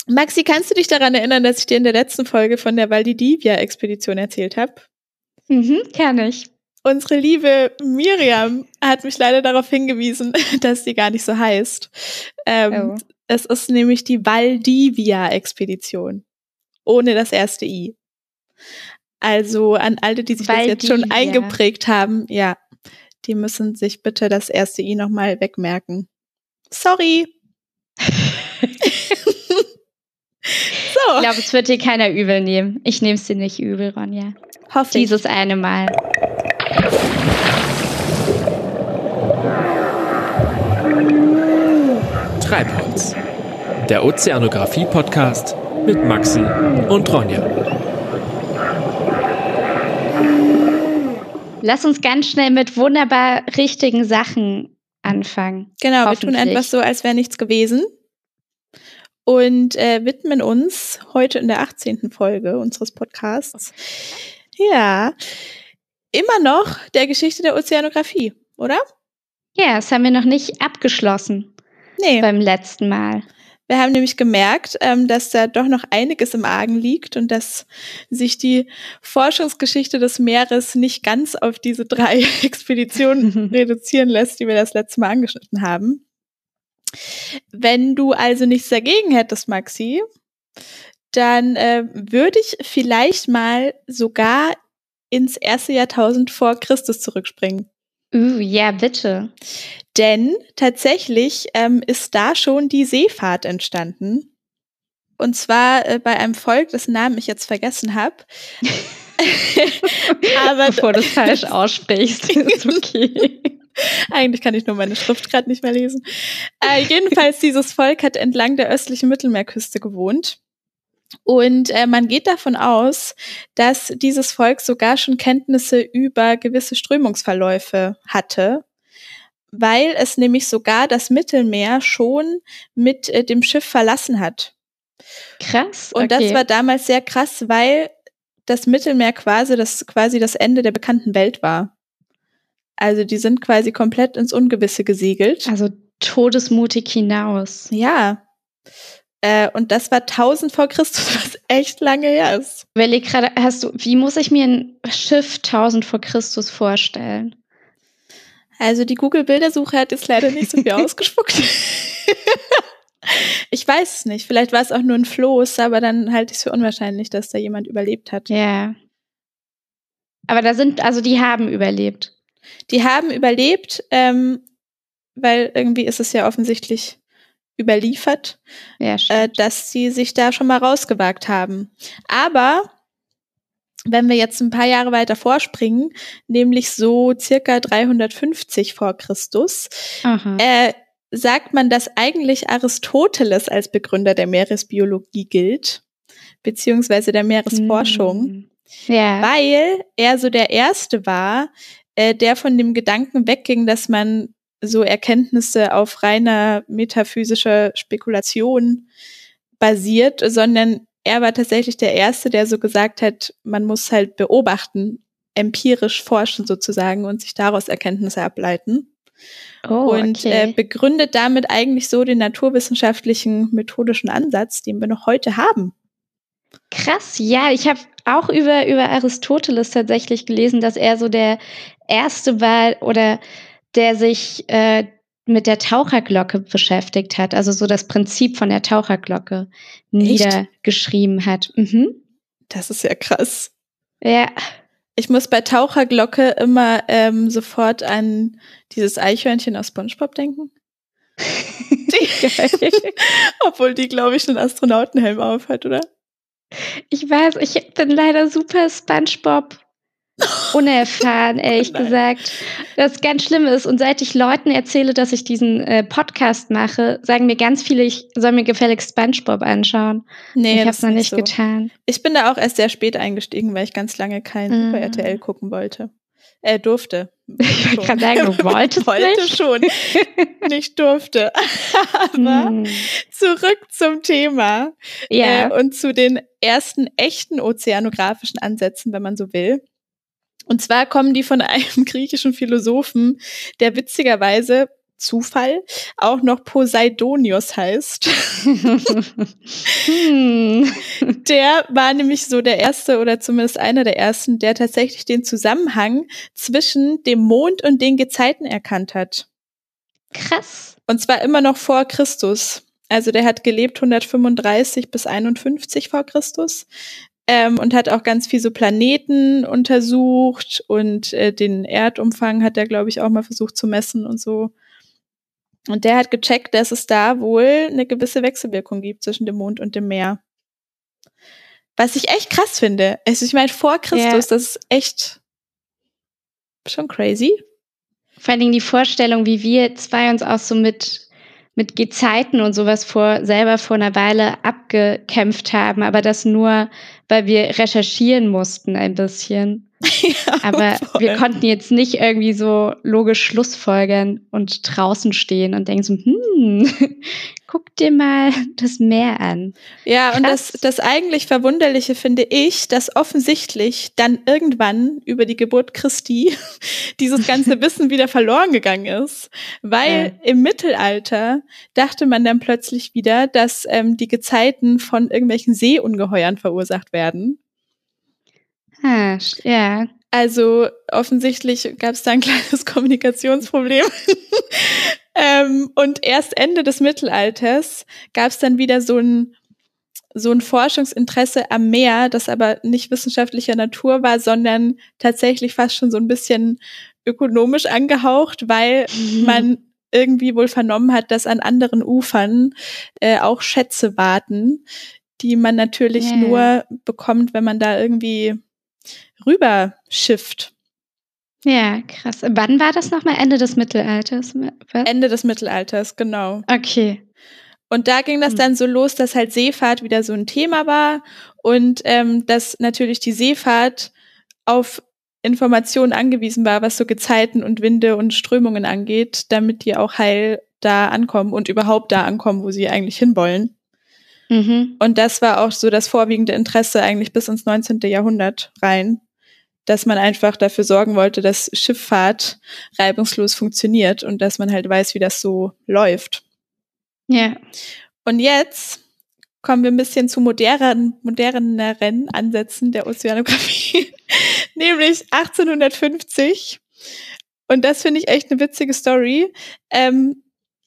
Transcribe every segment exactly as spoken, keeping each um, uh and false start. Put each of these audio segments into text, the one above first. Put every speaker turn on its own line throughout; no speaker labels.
Maxi, kannst du dich daran erinnern, dass ich dir in der letzten Folge von der Valdivia-Expedition erzählt habe?
Mhm, kann ich.
Unsere liebe Miriam hat mich leider darauf hingewiesen, dass sie gar nicht so heißt. Ähm, oh. Es ist nämlich die Valdivia-Expedition. Ohne das erste I. Also an alle, die sich Valdivia. Das jetzt schon eingeprägt haben, ja, die müssen sich bitte das erste I nochmal wegmerken. Sorry.
So. Ich glaube, es wird dir keiner übel nehmen. Ich nehme es dir nicht übel, Ronja.
Hoffe
Dieses
ich.
eine Mal.
Treibholz. Der Ozeanographie-Podcast mit Maxi und Ronja.
Lass uns ganz schnell mit wunderbar richtigen Sachen anfangen.
Genau, wir tun einfach so, als wäre nichts gewesen. Und äh, widmen uns heute in der achtzehnten Folge unseres Podcasts, ja, immer noch der Geschichte der Ozeanographie, oder?
Ja, das haben wir noch nicht abgeschlossen.
Nee.
Beim letzten Mal.
Wir haben nämlich gemerkt, ähm, dass da doch noch einiges im Argen liegt und dass sich die Forschungsgeschichte des Meeres nicht ganz auf diese drei Expeditionen reduzieren lässt, die wir das letzte Mal angeschnitten haben. Wenn du also nichts dagegen hättest, Maxi, dann äh, würde ich vielleicht mal sogar ins erste Jahrtausend vor Christus zurückspringen.
Uh, ja, bitte.
Denn tatsächlich ähm, ist da schon die Seefahrt entstanden. Und zwar äh, bei einem Volk, dessen Namen ich jetzt vergessen habe.
Aber bevor du es falsch aussprichst, ist okay.
Eigentlich kann ich nur meine Schrift gerade nicht mehr lesen. Äh, jedenfalls, dieses Volk hat entlang der östlichen Mittelmeerküste gewohnt. Und äh, man geht davon aus, dass dieses Volk sogar schon Kenntnisse über gewisse Strömungsverläufe hatte, weil es nämlich sogar das Mittelmeer schon mit äh, dem Schiff verlassen hat.
Krass.
Und
okay.
das war damals sehr krass, weil das Mittelmeer quasi das, quasi das Ende der bekannten Welt war. Also die sind quasi komplett ins Ungewisse gesegelt.
Also todesmutig hinaus.
Ja. Äh, und das war tausend vor Christus, was echt lange her ist.
Überleg gerade, hast du, wie muss ich mir ein Schiff tausend vor Christus vorstellen?
Also die Google-Bildersuche hat jetzt leider nicht so viel ausgespuckt. Ich weiß es nicht. Vielleicht war es auch nur ein Floß, aber dann halte ich es für unwahrscheinlich, dass da jemand überlebt hat.
Ja. Aber da sind, also die haben überlebt.
Die haben überlebt, ähm, weil irgendwie ist es ja offensichtlich überliefert,
ja,
äh, dass sie sich da schon mal rausgewagt haben. Aber wenn wir jetzt ein paar Jahre weiter vorspringen, nämlich so circa dreihundertfünfzig vor Christus, äh, sagt man, dass eigentlich Aristoteles als Begründer der Meeresbiologie gilt, beziehungsweise der Meeresforschung,
hm. ja.
weil er so der Erste war, äh, der von dem Gedanken wegging, dass man so Erkenntnisse auf reiner metaphysischer Spekulation basiert, sondern er war tatsächlich der Erste, der so gesagt hat, man muss halt beobachten, empirisch forschen sozusagen und sich daraus Erkenntnisse ableiten.
Oh,
und
okay.
äh, begründet damit eigentlich so den naturwissenschaftlichen, methodischen Ansatz, den wir noch heute haben.
Krass, ja, ich habe auch über, über Aristoteles tatsächlich gelesen, dass er so der Erste war oder der sich äh, mit der Taucherglocke beschäftigt hat, also so das Prinzip von der Taucherglocke niedergeschrieben hat. Mhm.
Das ist ja krass.
Ja.
Ich muss bei Taucherglocke immer ähm, sofort an dieses Eichhörnchen aus SpongeBob denken. Die, obwohl die, glaube ich, einen Astronautenhelm auf hat, oder?
Ich weiß, ich bin leider super SpongeBob unerfahren, ehrlich gesagt. Das ganz schlimm ist. Und seit ich Leuten erzähle, dass ich diesen äh, Podcast mache, sagen mir ganz viele, ich soll mir gefälligst SpongeBob anschauen.
Nee,
ich habe es noch nicht
so.
getan.
Ich bin da auch erst sehr spät eingestiegen, weil ich ganz lange kein mm. Super R T L gucken wollte. Äh, durfte.
Ich wollte gerade sagen, du wolltest
wollte
nicht?
schon. Nicht durfte. Aber mm. zurück zum Thema.
Ja.
Äh, und zu den ersten echten ozeanografischen Ansätzen, wenn man so will. Und zwar kommen die von einem griechischen Philosophen, der witzigerweise Zufall auch noch Poseidonius heißt.
hm.
Der war nämlich so der erste oder zumindest einer der ersten, der tatsächlich den Zusammenhang zwischen dem Mond und den Gezeiten erkannt hat.
Krass.
Und zwar immer noch vor Christus. Also der hat gelebt hundertfünfunddreißig bis einundfünfzig vor Christus. Ähm, und hat auch ganz viel so Planeten untersucht und äh, den Erdumfang hat er, glaube ich, auch mal versucht zu messen und so. Und der hat gecheckt, dass es da wohl eine gewisse Wechselwirkung gibt zwischen dem Mond und dem Meer. Was ich echt krass finde. Also ich meine, vor Christus, ja. Das ist echt schon crazy.
Vor allen Dingen die Vorstellung, wie wir zwei uns auch so mit mit Gezeiten und sowas vor selber vor einer Weile abgekämpft haben, aber das nur, weil wir recherchieren mussten ein bisschen. Ja, aber voll. Wir konnten jetzt nicht irgendwie so logisch schlussfolgern und draußen stehen und denken so, hm, guck dir mal das Meer an.
Ja, krass. Und das, das eigentlich Verwunderliche finde ich, dass offensichtlich dann irgendwann über die Geburt Christi dieses ganze Wissen wieder verloren gegangen ist. Weil ja. Im Mittelalter dachte man dann plötzlich wieder, dass ähm, die Gezeiten von irgendwelchen Seeungeheuern verursacht werden.
Ah, ja.
Also offensichtlich gab es da ein kleines Kommunikationsproblem. ähm, und erst Ende des Mittelalters gab es dann wieder so ein so ein Forschungsinteresse am Meer, das aber nicht wissenschaftlicher Natur war, sondern tatsächlich fast schon so ein bisschen ökonomisch angehaucht, weil mhm. man irgendwie wohl vernommen hat, dass an anderen Ufern äh, auch Schätze warten, die man natürlich yeah. nur bekommt, wenn man da irgendwie rüber schifft.
Ja, krass. Wann war das nochmal? Ende des Mittelalters?
Was? Ende des Mittelalters, genau.
Okay.
Und da ging das dann so los, dass halt Seefahrt wieder so ein Thema war und ähm, dass natürlich die Seefahrt auf Informationen angewiesen war, was so Gezeiten und Winde und Strömungen angeht, damit die auch heil da ankommen und überhaupt da ankommen, wo sie eigentlich hinwollen.
Mhm.
Und das war auch so das vorwiegende Interesse eigentlich bis ins neunzehnte Jahrhundert rein, dass man einfach dafür sorgen wollte, dass Schifffahrt reibungslos funktioniert und dass man halt weiß, wie das so läuft.
Ja.
Und jetzt kommen wir ein bisschen zu modernen, moderneren Ansätzen der Ozeanographie, nämlich achtzehnhundertfünfzig. Und das finde ich echt eine witzige Story. Ähm,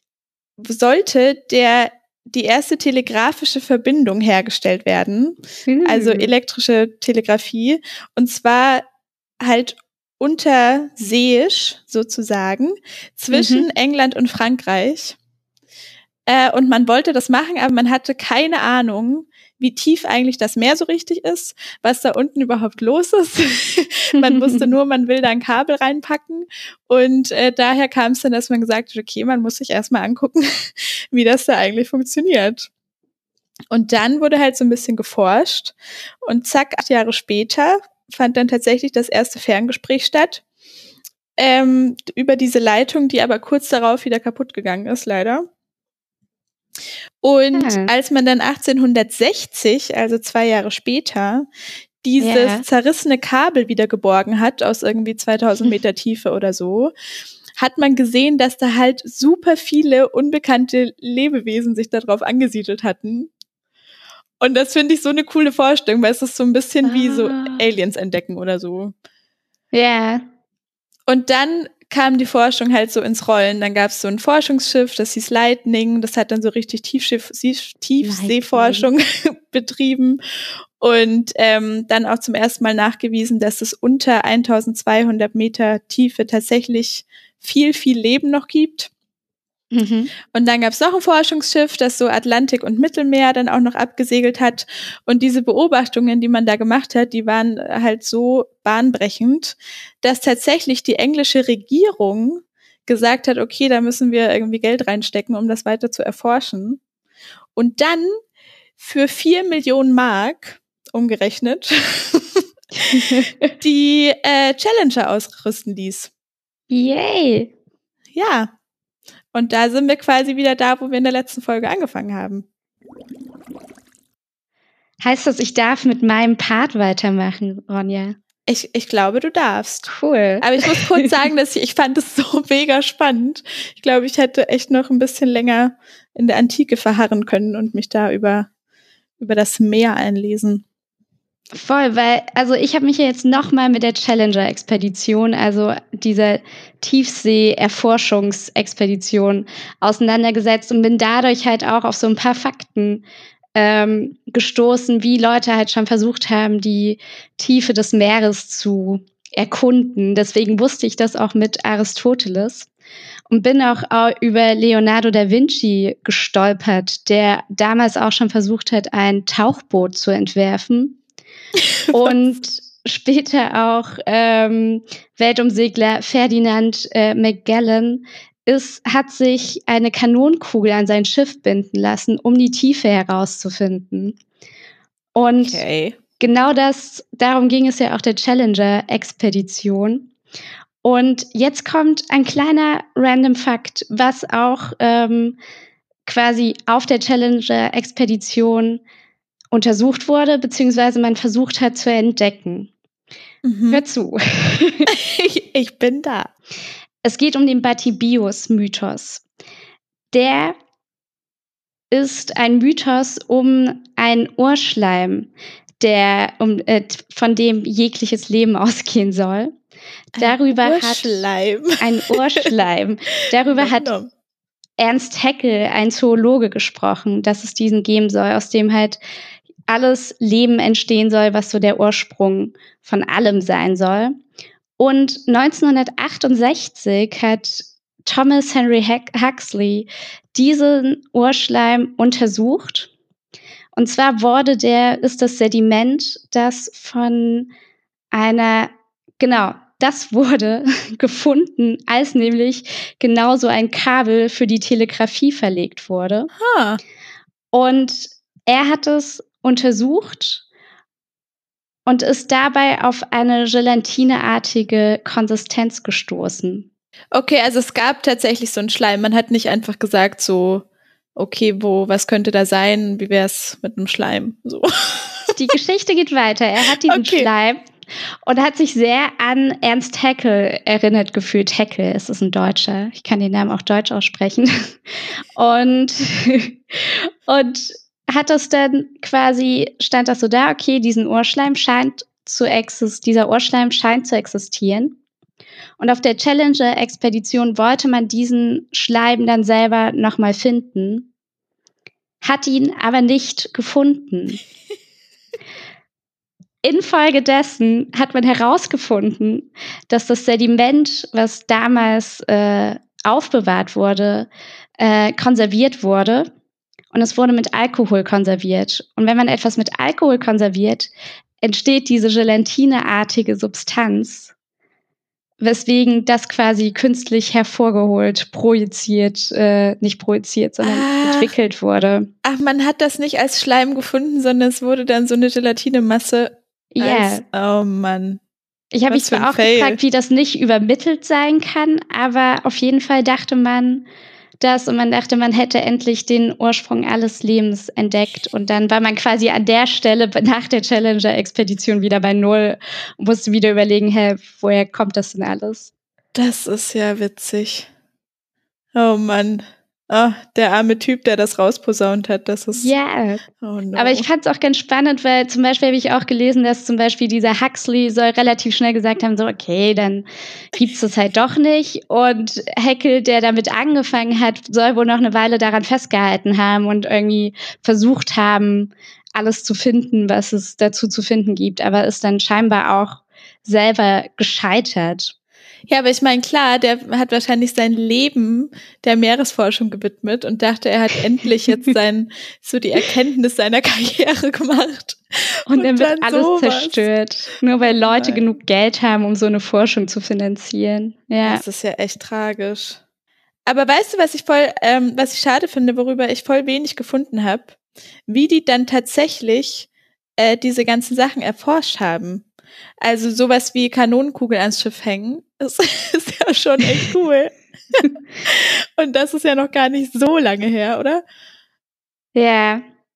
sollte der die erste telegrafische Verbindung hergestellt werden, mhm. also elektrische Telegrafie, und zwar halt unterseeisch sozusagen zwischen mhm. England und Frankreich. Äh, und man wollte das machen, aber man hatte keine Ahnung, wie tief eigentlich das Meer so richtig ist, was da unten überhaupt los ist. Man wusste nur, man will da ein Kabel reinpacken und äh, daher kam es dann, dass man gesagt hat, okay, man muss sich erstmal angucken, wie das da eigentlich funktioniert. Und dann wurde halt so ein bisschen geforscht und zack, acht Jahre später fand dann tatsächlich das erste Ferngespräch statt ähm, über diese Leitung, die aber kurz darauf wieder kaputt gegangen ist, leider. Und ja. als man dann achtzehnhundertsechzig, also zwei Jahre später, dieses ja. zerrissene Kabel wieder geborgen hat, aus irgendwie zweitausend Meter Tiefe oder so, hat man gesehen, dass da halt super viele unbekannte Lebewesen sich darauf angesiedelt hatten. Und das finde ich so eine coole Vorstellung, weil es ist so ein bisschen ah. wie so Aliens entdecken oder so.
Ja.
Und dann kam die Forschung halt so ins Rollen. Dann gab es so ein Forschungsschiff, das hieß Lightning. Das hat dann so richtig Tiefschiff, Tiefseeforschung betrieben. Und ähm, dann auch zum ersten Mal nachgewiesen, dass es unter eintausendzweihundert Meter Tiefe tatsächlich viel, viel Leben noch gibt.
Mhm.
Und dann gab es noch ein Forschungsschiff, das so Atlantik und Mittelmeer dann auch noch abgesegelt hat. Und diese Beobachtungen, die man da gemacht hat, die waren halt so bahnbrechend, dass tatsächlich die englische Regierung gesagt hat, okay, da müssen wir irgendwie Geld reinstecken, um das weiter zu erforschen. Und dann für vier Millionen Mark umgerechnet die äh, Challenger ausrüsten ließ.
Yay!
Ja. Und da sind wir quasi wieder da, wo wir in der letzten Folge angefangen haben.
Heißt das, ich darf mit meinem Part weitermachen, Ronja?
Ich, ich glaube, du darfst.
Cool.
Aber ich muss kurz sagen, dass ich, ich fand es so mega spannend. Ich glaube, ich hätte echt noch ein bisschen länger in der Antike verharren können und mich da über, über das Meer einlesen.
Voll, weil, also ich habe mich ja jetzt nochmal mit der Challenger-Expedition, also dieser Tiefsee-Erforschungsexpedition auseinandergesetzt und bin dadurch halt auch auf so ein paar Fakten ähm, gestoßen, wie Leute halt schon versucht haben, die Tiefe des Meeres zu erkunden. Deswegen wusste ich das auch mit Aristoteles und bin auch über Leonardo da Vinci gestolpert, der damals auch schon versucht hat, ein Tauchboot zu entwerfen. Und später auch ähm, Weltumsegler Ferdinand äh, Magellan ist, hat sich eine Kanonenkugel an sein Schiff binden lassen, um die Tiefe herauszufinden. Und okay. Genau das, darum ging es ja auch der Challenger-Expedition. Und jetzt kommt ein kleiner random Fakt, was auch ähm, quasi auf der Challenger-Expedition untersucht wurde, beziehungsweise man versucht hat zu entdecken. Mhm. Hör zu.
ich, ich bin da.
Es geht um den Bathybius-Mythos. Der ist ein Mythos um einen Urschleim, der, um, äh, von dem jegliches Leben ausgehen soll. Darüber
ein Urschleim.
Hat ein Urschleim. Darüber hat Ernst Haeckel, ein Zoologe, gesprochen, dass es diesen geben soll, aus dem halt alles Leben entstehen soll, was so der Ursprung von allem sein soll. Und neunzehnhundertachtundsechzig hat Thomas Henry Huxley diesen Urschleim untersucht. Und zwar wurde der, ist das Sediment, das von einer, genau, das wurde gefunden, als nämlich genauso ein Kabel für die Telegrafie verlegt wurde.
Huh.
Und er hat es untersucht und ist dabei auf eine gelatineartige Konsistenz gestoßen.
Okay, also es gab tatsächlich so einen Schleim. Man hat nicht einfach gesagt so, okay, wo, was könnte da sein? Wie wär's mit einem Schleim? So.
Die Geschichte geht weiter. Er hat diesen okay. Schleim und hat sich sehr an Ernst Haeckel erinnert gefühlt. Haeckel, es ist ein Deutscher. Ich kann den Namen auch deutsch aussprechen. Und, und hat das dann quasi, stand das so da, okay, diesen Urschleim scheint zu exist- dieser Urschleim scheint zu existieren. Und auf der Challenger-Expedition wollte man diesen Schleim dann selber nochmal finden, hat ihn aber nicht gefunden. Infolgedessen hat man herausgefunden, dass das Sediment, was damals äh, aufbewahrt wurde, äh, konserviert wurde. Und es wurde mit Alkohol konserviert. Und wenn man etwas mit Alkohol konserviert, entsteht diese gelatineartige Substanz, weswegen das quasi künstlich hervorgeholt, projiziert, äh, nicht projiziert, sondern ach, entwickelt wurde.
Ach, man hat das nicht als Schleim gefunden, sondern es wurde dann so eine Gelatinemasse.
Ja.
Yeah. Oh Mann.
Ich habe mich zwar auch Fail. gefragt, wie das nicht übermittelt sein kann, aber auf jeden Fall dachte man das und man dachte, man hätte endlich den Ursprung alles Lebens entdeckt und dann war man quasi an der Stelle nach der Challenger-Expedition wieder bei Null und musste wieder überlegen, hä, woher kommt das denn alles?
Das ist ja witzig. Oh Mann. Oh, der arme Typ, der das rausposaunt hat, das ist...
Ja, yeah.
Oh no.
Aber ich fand es auch ganz spannend, weil zum Beispiel habe ich auch gelesen, dass zum Beispiel dieser Huxley soll relativ schnell gesagt haben, so okay, dann gibt's das halt doch nicht. Und Haeckel, der damit angefangen hat, soll wohl noch eine Weile daran festgehalten haben und irgendwie versucht haben, alles zu finden, was es dazu zu finden gibt, aber ist dann scheinbar auch selber gescheitert.
Ja, aber ich meine, klar, der hat wahrscheinlich sein Leben der Meeresforschung gewidmet und dachte, er hat endlich jetzt sein, so die Erkenntnis seiner Karriere gemacht.
Und, und dann wird alles sowas. zerstört. Nur weil Leute Nein. genug Geld haben, um so eine Forschung zu finanzieren. Ja.
Das ist ja echt tragisch. Aber weißt du, was ich voll, ähm, was ich schade finde, worüber ich voll wenig gefunden habe? Wie die dann tatsächlich äh, diese ganzen Sachen erforscht haben. Also sowas wie Kanonenkugel ans Schiff hängen, das ist ja schon echt cool. Und das ist ja noch gar nicht so lange her, oder?
Ja.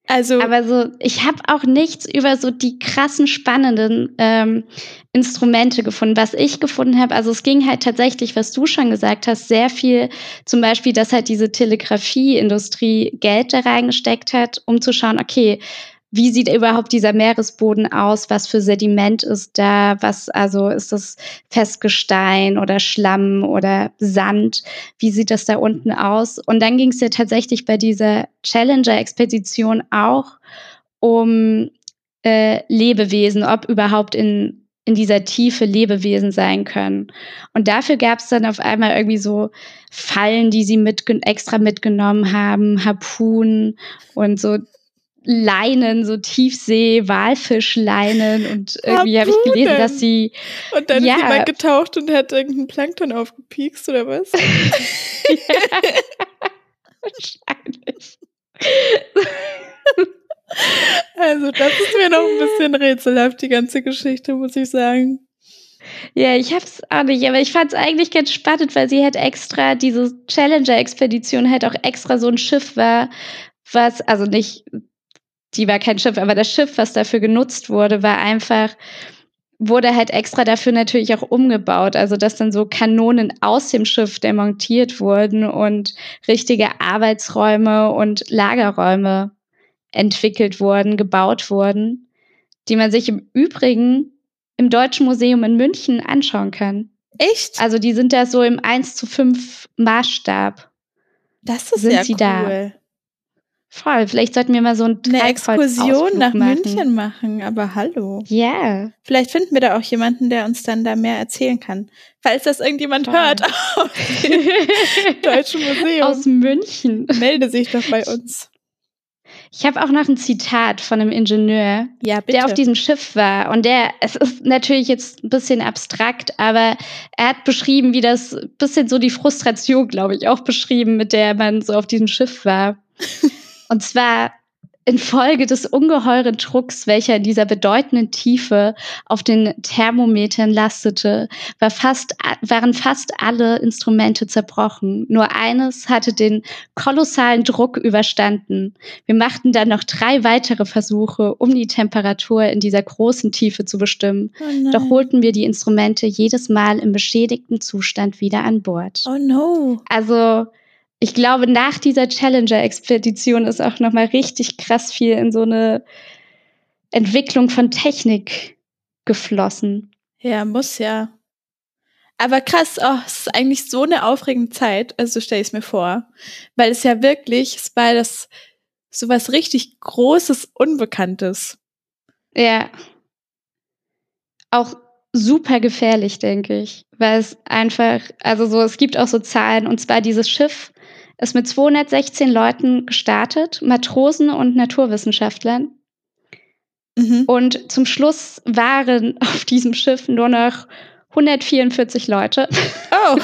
Also,
aber so, ich habe auch nichts über so die krassen, spannenden ähm, Instrumente gefunden. Was ich gefunden habe, also es ging halt tatsächlich, was du schon gesagt hast, sehr viel, zum Beispiel, dass halt diese Telegrafieindustrie Geld da reingesteckt hat, um zu schauen, okay, wie sieht überhaupt dieser Meeresboden aus? Was für Sediment ist da? Was, also ist das Festgestein oder Schlamm oder Sand? Wie sieht das da unten aus? Und dann ging es ja tatsächlich bei dieser Challenger-Expedition auch um äh, Lebewesen, ob überhaupt in in dieser Tiefe Lebewesen sein können. Und dafür gab es dann auf einmal irgendwie so Fallen, die sie mit, extra mitgenommen haben, Harpunen und so Leinen, so Tiefsee-Walfischleinen und irgendwie habe ich gelesen, dass sie
und dann
ja,
ist jemand getaucht und hat irgendeinen Plankton aufgepiekst, oder was?
Ja, wahrscheinlich.
Also das ist mir noch ein bisschen rätselhaft, die ganze Geschichte, muss ich sagen.
Ja, ich hab's auch nicht, aber ich fand's eigentlich ganz spannend, weil sie halt extra, diese Challenger-Expedition halt auch extra so ein Schiff war, was, also nicht, die war kein Schiff, aber das Schiff, was dafür genutzt wurde, war einfach, wurde halt extra dafür natürlich auch umgebaut. Also, dass dann so Kanonen aus dem Schiff demontiert wurden und richtige Arbeitsräume und Lagerräume entwickelt wurden, gebaut wurden, die man sich im Übrigen im Deutschen Museum in München anschauen kann.
Echt?
Also, die sind da so im eins zu fünf Maßstab.
Das ist
sind
ja
sie
cool.
Da. Voll, vielleicht sollten wir mal so ein
eine Exkursion nach
machen.
München machen, aber hallo.
Ja. Yeah.
Vielleicht finden wir da auch jemanden, der uns dann da mehr erzählen kann. Falls das irgendjemand Voll. hört aus dem Deutschen Museum.
Aus München.
Melde sich doch bei uns.
Ich habe auch noch ein Zitat von einem Ingenieur,
ja,
der auf diesem Schiff war. Und der, es ist natürlich jetzt ein bisschen abstrakt, aber er hat beschrieben, wie das ein bisschen so die Frustration, glaube ich, auch beschrieben, mit der man so auf diesem Schiff war. Und zwar infolge des ungeheuren Drucks, welcher in dieser bedeutenden Tiefe auf den Thermometern lastete, war fast, waren fast alle Instrumente zerbrochen. Nur eines hatte den kolossalen Druck überstanden. Wir machten dann noch drei weitere Versuche, um die Temperatur in dieser großen Tiefe zu bestimmen.
Oh
Doch holten wir die Instrumente jedes Mal im beschädigten Zustand wieder an Bord.
Oh no.
Also ich glaube, nach dieser Challenger-Expedition ist auch nochmal richtig krass viel in so eine Entwicklung von Technik geflossen.
Ja, muss ja. Aber krass, oh, es ist eigentlich so eine aufregende Zeit, also stelle ich es mir vor. Weil es ja wirklich, es war das so was richtig Großes, Unbekanntes.
Ja. Auch super gefährlich, denke ich. Weil es einfach, also so, es gibt auch so Zahlen, und zwar dieses Schiff ist mit zweihundertsechzehn Leuten gestartet, Matrosen und Naturwissenschaftlern. Mhm. Und zum Schluss waren auf diesem Schiff nur noch hundertvierundvierzig Leute.
Oh.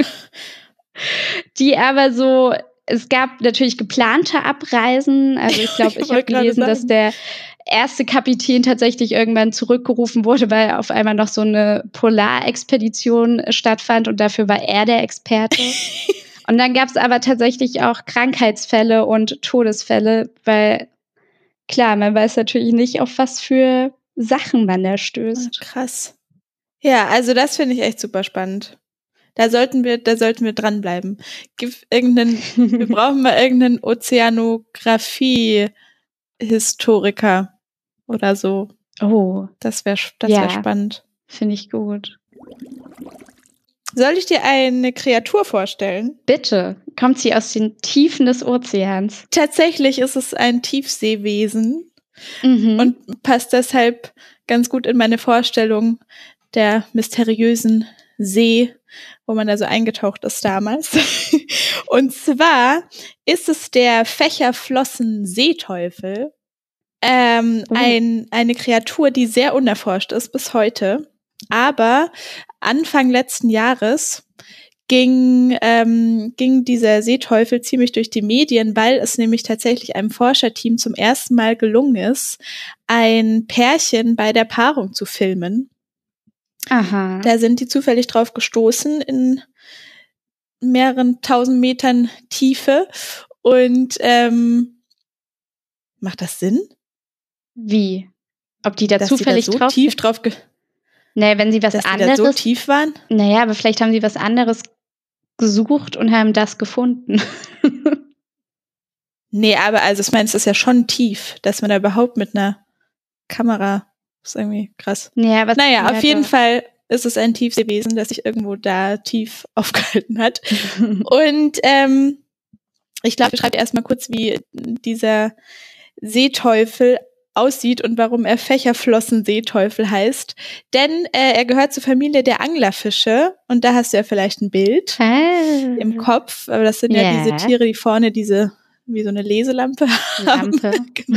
Die aber so, es gab natürlich geplante Abreisen. Also ich glaube, ich, ich habe gelesen, dass der erste Kapitän tatsächlich irgendwann zurückgerufen wurde, weil auf einmal noch so eine Polarexpedition stattfand und dafür war er der Experte. Und dann gab es aber tatsächlich auch Krankheitsfälle und Todesfälle, weil klar, man weiß natürlich nicht, auf was für Sachen man da stößt.
Oh, krass. Ja, also das finde ich echt super spannend. Da sollten wir, da sollten wir dranbleiben. Gib irgendeinen, wir brauchen mal irgendeinen Ozeanographie-Historiker oder so.
Oh.
Das wäre das
ja,
wär spannend.
Finde ich gut.
Soll ich dir eine Kreatur vorstellen?
Bitte. Kommt sie aus den Tiefen des Ozeans?
Tatsächlich ist es ein Tiefseewesen
mhm.
und passt deshalb ganz gut in meine Vorstellung der mysteriösen See, wo man da so eingetaucht ist damals. Und zwar ist es der Fächerflossen-Seeteufel. Ähm, oh. ein, eine Kreatur, die sehr unerforscht ist bis heute. Aber Anfang letzten Jahres ging, ähm, ging dieser Seeteufel ziemlich durch die Medien, weil es nämlich tatsächlich einem Forscherteam zum ersten Mal gelungen ist, ein Pärchen bei der Paarung zu filmen.
Aha.
Da sind die zufällig drauf gestoßen in mehreren tausend Metern Tiefe und ähm, Macht das Sinn?
Wie? Ob die da
dass
zufällig
die da so
drauf
tief drauf ge-
Naja, wenn sie was
dass
anderes.
die da so tief waren?
Naja, aber vielleicht haben sie was anderes gesucht und haben das gefunden.
Nee, aber also ich meine, es ist ja schon tief, dass man da überhaupt mit einer Kamera, ist irgendwie krass.
Ja, was
Naja, auf jeden
doch.
Fall ist es ein Tiefseewesen, das sich irgendwo da tief aufgehalten hat. Und ähm, ich glaube, ich schreibe erstmal kurz, wie dieser Seeteufel aussieht und warum er Fächerflossen-Seeteufel heißt. Denn äh, er gehört zur Familie der Anglerfische und da hast du ja vielleicht ein Bild
ah.
im Kopf, aber das sind ja,
Ja.
diese Tiere, die vorne diese, wie so eine Leselampe haben.
Lampe.
Genau.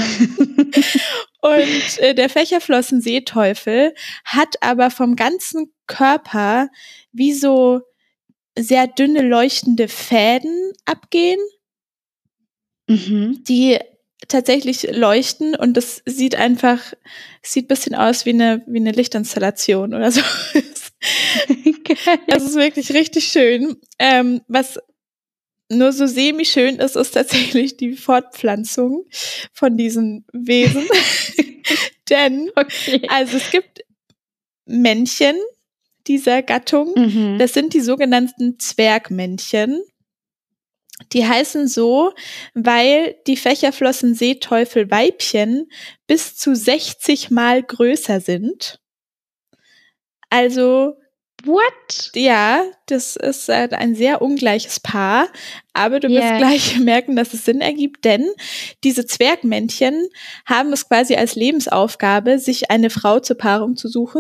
Und äh, der Fächerflossen-Seeteufel hat aber vom ganzen Körper wie so sehr dünne leuchtende Fäden abgehen,
Mhm.
die tatsächlich leuchten und das sieht einfach, sieht ein bisschen aus wie eine, wie eine Lichtinstallation oder so. Das ist wirklich richtig schön. Ähm, was nur so semi-schön ist, ist tatsächlich die Fortpflanzung von diesen Wesen. Denn,
Okay.
also es gibt Männchen dieser Gattung,
Mhm.
das sind die sogenannten Zwergmännchen. Die heißen so, weil die Fächerflossen-Seeteufel-Weibchen bis zu sechzig Mal größer sind. Also,
What?
ja, das ist halt ein sehr ungleiches Paar, aber du
Ja.
wirst gleich merken, dass es Sinn ergibt, denn diese Zwergmännchen haben es quasi als Lebensaufgabe, sich eine Frau zur Paarung zu suchen.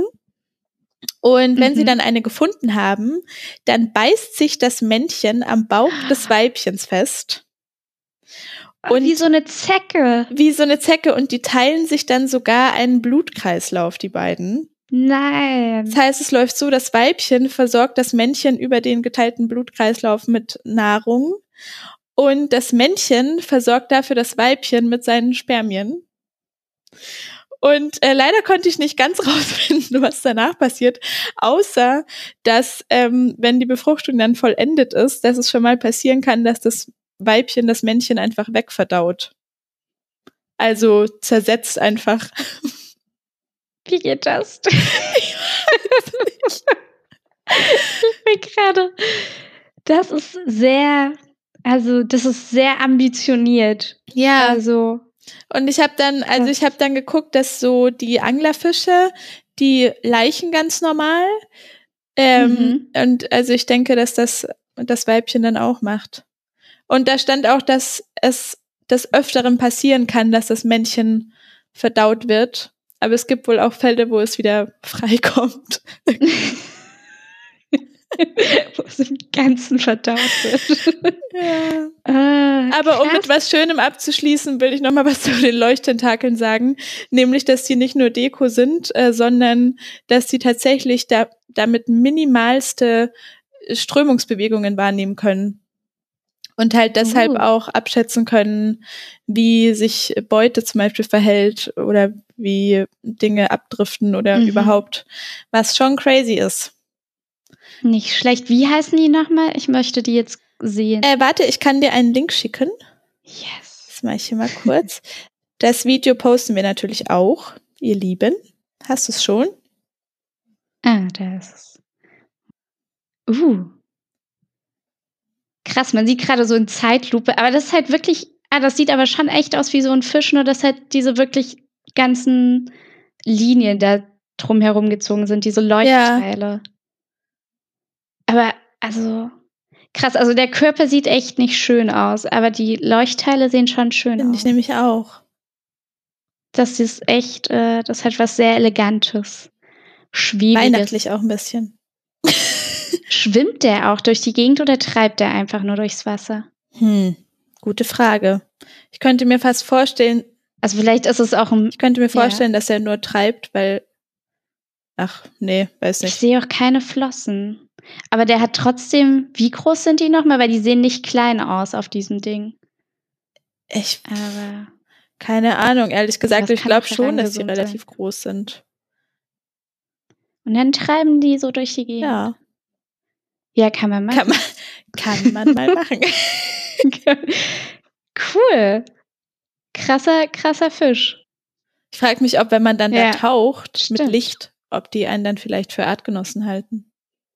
Und wenn
Mhm.
sie dann eine gefunden haben, dann beißt sich das Männchen am Bauch des Weibchens fest.
Oh,
Und
wie so eine Zecke.
wie so eine Zecke und die teilen sich dann sogar einen Blutkreislauf, die beiden.
Nein.
Das heißt, es läuft so, das Weibchen versorgt das Männchen über den geteilten Blutkreislauf mit Nahrung und das Männchen versorgt dafür das Weibchen mit seinen Spermien. Und äh, leider konnte ich nicht ganz rausfinden, was danach passiert, außer dass, ähm, wenn die Befruchtung dann vollendet ist, dass es schon mal passieren kann, dass das Weibchen das Männchen einfach wegverdaut. Also zersetzt einfach.
Wie geht das? Ich bin gerade. Das ist sehr, also das ist sehr ambitioniert.
Ja.
Also.
Und ich habe dann, also ich habe dann geguckt, dass so die Anglerfische, die laichen ganz normal. Ähm,
Mhm.
Und also ich denke, dass das das Weibchen dann auch macht. Und da stand auch, dass es des Öfteren passieren kann, dass das Männchen verdaut wird. Aber es gibt wohl auch Fälle, wo es wieder freikommt.
Wo es im Ganzen verdaut wird.
Ja.
Ah,
Aber um
krass.
mit was Schönem abzuschließen, will ich noch mal was zu den Leuchttentakeln sagen. Nämlich, dass die nicht nur Deko sind, äh, sondern dass die tatsächlich da, damit minimalste Strömungsbewegungen wahrnehmen können. Und halt deshalb
Uh.
auch abschätzen können, wie sich Beute zum Beispiel verhält oder wie Dinge abdriften oder
Mhm.
überhaupt, was schon crazy ist.
Nicht schlecht. Wie heißen die nochmal? Ich möchte die jetzt sehen.
Äh, warte, ich kann dir einen Link schicken.
Yes.
Das mache ich hier mal kurz. Das Video posten wir natürlich auch, ihr Lieben. Hast du es schon?
Ah, da ist es. Uh. Krass, man sieht gerade so in Zeitlupe, aber das ist halt wirklich, ah, das sieht aber schon echt aus wie so ein Fisch, nur dass halt diese wirklich ganzen Linien da drumherum gezogen sind, diese Leuchtteile. Aber, also, krass, also der Körper sieht echt nicht schön aus, aber die Leuchtteile sehen schon schön
Finde
aus.
ich nämlich auch.
Das ist echt, äh, das hat was sehr Elegantes. Schwieriges.
Weihnachtlich auch ein bisschen.
Schwimmt der auch durch die Gegend oder treibt der einfach nur durchs Wasser?
Hm, gute Frage. Ich könnte mir fast vorstellen,
Also vielleicht ist es auch ein...
ich könnte mir
Ja.
vorstellen, dass er nur treibt, weil, ach, nee, weiß
Ich
nicht.
sehe auch keine Flossen. Aber der hat trotzdem... Wie groß sind die nochmal? Weil die sehen nicht klein aus auf diesem Ding.
Ich,
Aber...
keine Ahnung, ehrlich gesagt,
Das
ich
kann
glaube
auch
schon, dass die
herangesund
relativ
sein.
groß sind.
Und dann treiben die so durch die Gegend.
Ja,
Ja, kann man machen.
kann man, kann man mal machen.
Cool. krasser, krasser Fisch.
Ich frage mich, ob, wenn man dann
Ja,
da taucht
stimmt.
mit Licht, ob die einen dann vielleicht für Artgenossen halten.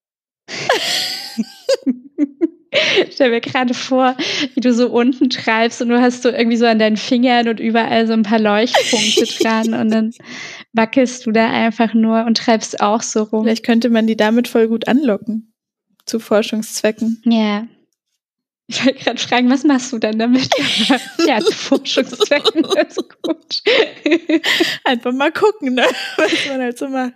Stell mir gerade vor, wie du so unten treibst und du hast so irgendwie so an deinen Fingern und überall so ein paar Leuchtpunkte dran und dann wackelst du da einfach nur und treibst auch so rum.
Vielleicht könnte man die damit voll gut anlocken. Zu Forschungszwecken.
Ja. Ich wollte gerade fragen, was machst du denn damit? Ja, zu Forschungszwecken, das ist gut.
Einfach mal gucken, ne? Was man halt so macht.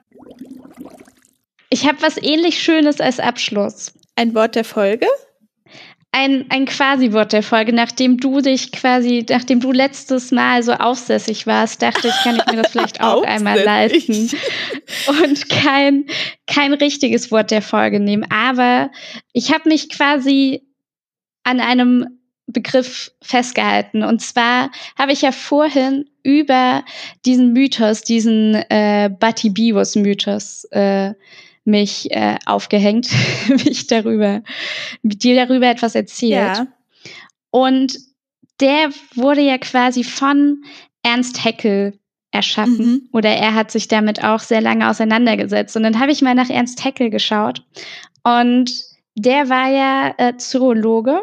Ich habe was ähnlich Schönes als Abschluss.
Ein Wort der Folge?
Ein, ein Quasi-Wort der Folge. Nachdem du dich quasi, nachdem du letztes Mal so aufsässig warst, dachte ich, kann ich mir das vielleicht auch einmal leisten. Und kein, kein richtiges Wort der Folge nehmen. Aber ich habe mich quasi an einem Begriff festgehalten. Und zwar habe ich ja vorhin über diesen Mythos, diesen äh, Batibivus-Mythos äh, mich äh, aufgehängt, mich darüber, mit dir darüber etwas erzählt.
Ja.
Und der wurde ja quasi von Ernst Haeckel erschaffen.
Mhm.
Oder er hat sich damit auch sehr lange auseinandergesetzt. Und dann habe ich mal nach Ernst Haeckel geschaut. Und der war ja äh, Zoologe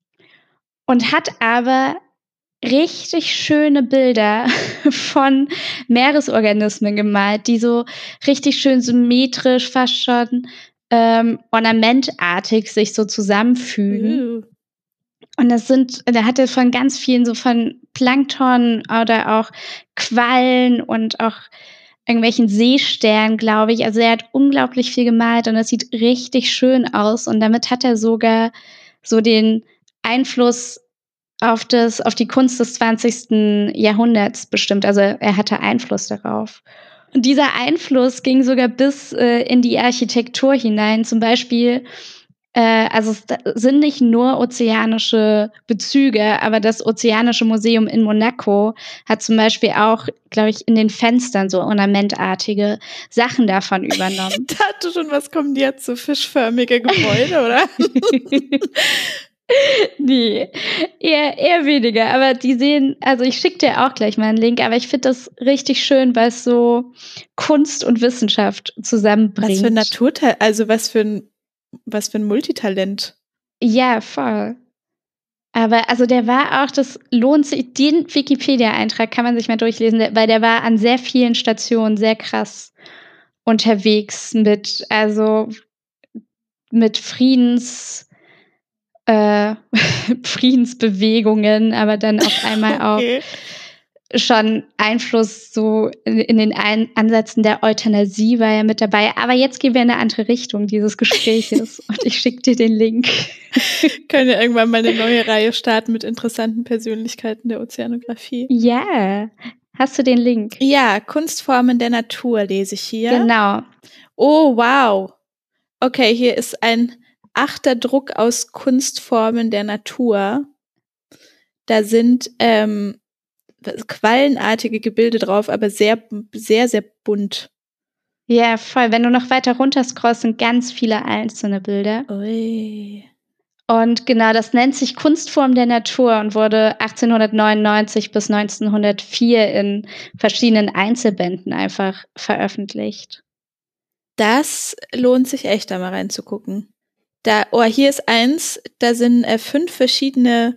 und hat aber richtig schöne Bilder von Meeresorganismen gemalt, die so richtig schön symmetrisch, fast schon ähm, ornamentartig sich so zusammenfügen.
Uh.
Und das sind, da hat er von ganz vielen so von Plankton oder auch Quallen und auch irgendwelchen Seesternen, glaube ich. Also er hat unglaublich viel gemalt und das sieht richtig schön aus. Und damit hat er sogar so den Einfluss auf das, auf die Kunst des zwanzigsten Jahrhunderts bestimmt. Also er hatte Einfluss darauf. Und dieser Einfluss ging sogar bis äh, in die Architektur hinein. Zum Beispiel, äh, also es sind nicht nur ozeanische Bezüge, aber das Ozeanische Museum in Monaco hat zum Beispiel auch, glaube ich, in den Fenstern so ornamentartige Sachen davon übernommen.
Ich dachte schon, was kommen die jetzt so fischförmige Gebäude, oder?
Nee, eher, eher weniger. Aber die sehen, also ich schicke dir auch gleich mal einen Link, aber ich finde das richtig schön, weil es so Kunst und Wissenschaft zusammenbringt.
Was für ein Naturteil, also was für ein, was für ein Multitalent.
Ja, voll. Aber also der war auch, das lohnt sich, den Wikipedia-Eintrag kann man sich mal durchlesen, weil der war an sehr vielen Stationen sehr krass unterwegs mit, also mit Friedens Äh, Friedensbewegungen, aber dann auf einmal okay. auch schon Einfluss so in, in den Ein- Ansätzen der Euthanasie war er mit dabei. Aber jetzt gehen wir in eine andere Richtung dieses Gespräches und ich schicke dir den Link.
Können wir irgendwann mal eine neue Reihe starten mit interessanten Persönlichkeiten der Ozeanographie?
Ja. Hast du den Link?
Ja, Kunstformen der Natur lese ich hier.
Genau.
Oh, wow. Okay, hier ist ein Achterdruck aus Kunstformen der Natur. Da sind ähm, quallenartige Gebilde drauf, aber sehr, sehr, sehr bunt.
Ja, voll. Wenn du noch weiter runter scrollst, sind ganz viele einzelne Bilder.
Ui.
Und genau, das nennt sich Kunstform der Natur und wurde achtzehnhundertneunundneunzig bis neunzehnhundertvier in verschiedenen Einzelbänden einfach veröffentlicht. Das
lohnt sich echt, da mal reinzugucken. Da, oh, hier ist eins, da sind äh, fünf verschiedene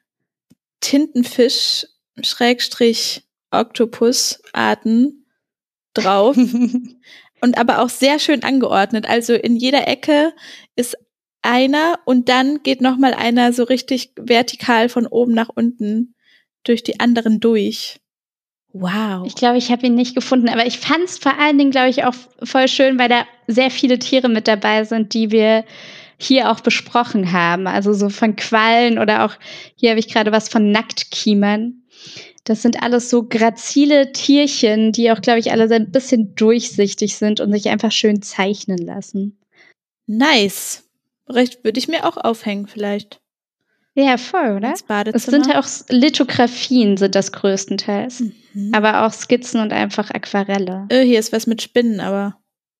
Tintenfisch, Schrägstrich, Oktopus-Arten drauf. Und aber auch sehr schön angeordnet. Also in jeder Ecke ist einer und dann geht nochmal einer so richtig vertikal von oben nach unten durch die anderen durch. Wow.
Ich glaube, ich habe ihn nicht gefunden, aber ich fand es vor allen Dingen, glaube ich, auch voll schön, weil da sehr viele Tiere mit dabei sind, die wir hier auch besprochen haben. Also so von Quallen oder auch, hier habe ich gerade was von Nacktkiemern. Das sind alles so grazile Tierchen, die auch, glaube ich, alle so ein bisschen durchsichtig sind und sich einfach schön zeichnen lassen.
Nice. Recht würde ich mir auch aufhängen vielleicht.
Ja, voll, oder? Es sind ja auch Lithografien, sind das größtenteils. Mhm. Aber auch Skizzen und einfach Aquarelle.
Äh, hier ist was mit Spinnen, aber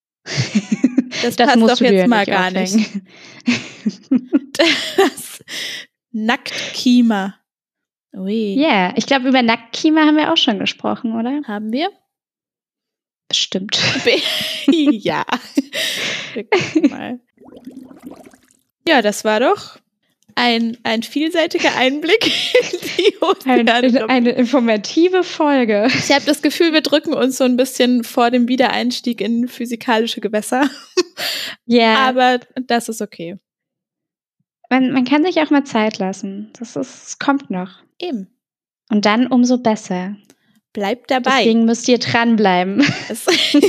das,
das
passt
musst
doch
du
jetzt
dir
mal
nicht
gar
aufhängen.
nicht. Das Nacktkiemer. Ui.
Ja, yeah. Ich glaube, über Nacktklima haben wir auch schon gesprochen, oder?
Haben wir?
Bestimmt.
Ja. Wir gucken mal. Ja, das war doch ein, ein vielseitiger Einblick in die Ozeanographie.
Eine, eine informative Folge.
Ich habe das Gefühl, wir drücken uns so ein bisschen vor dem Wiedereinstieg in physikalische Gewässer.
Ja. Yeah.
Aber das ist okay.
Man, man kann sich auch mal Zeit lassen. Das ist, es kommt noch.
Eben.
Und dann umso besser.
Bleibt dabei.
Deswegen müsst ihr dranbleiben.
Es,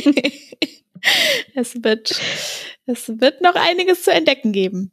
es, wird, es wird noch einiges zu entdecken geben.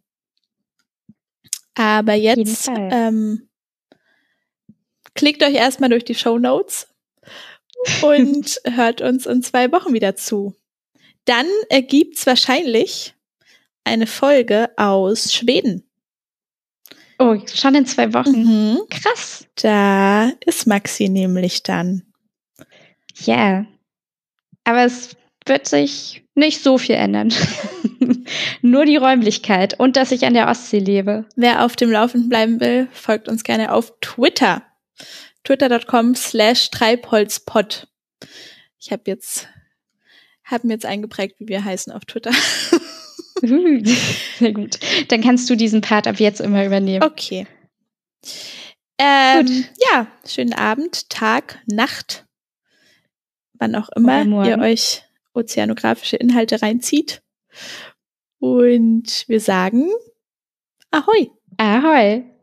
Aber jetzt ähm, klickt euch erstmal durch die Shownotes und hört uns in zwei Wochen wieder zu. Dann äh, gibt's wahrscheinlich eine Folge aus Schweden.
Oh, schon in zwei Wochen.
Mhm.
Krass.
Da ist Maxi nämlich dann.
Ja. Yeah. Aber es wird sich nicht so viel ändern. Nur die Räumlichkeit und dass ich an der Ostsee lebe.
Wer auf dem Laufenden bleiben will, folgt uns gerne auf Twitter. Twitter.com slash Treibholzpod. Ich habe jetzt, hab mir jetzt eingeprägt, wie wir heißen auf Twitter.
Sehr gut. Dann kannst du diesen Part ab jetzt immer übernehmen.
Okay. Ähm, gut. Ja, schönen Abend, Tag, Nacht, wann auch immer ihr euch ozeanografische Inhalte reinzieht. Und wir sagen Ahoi.
Ahoi.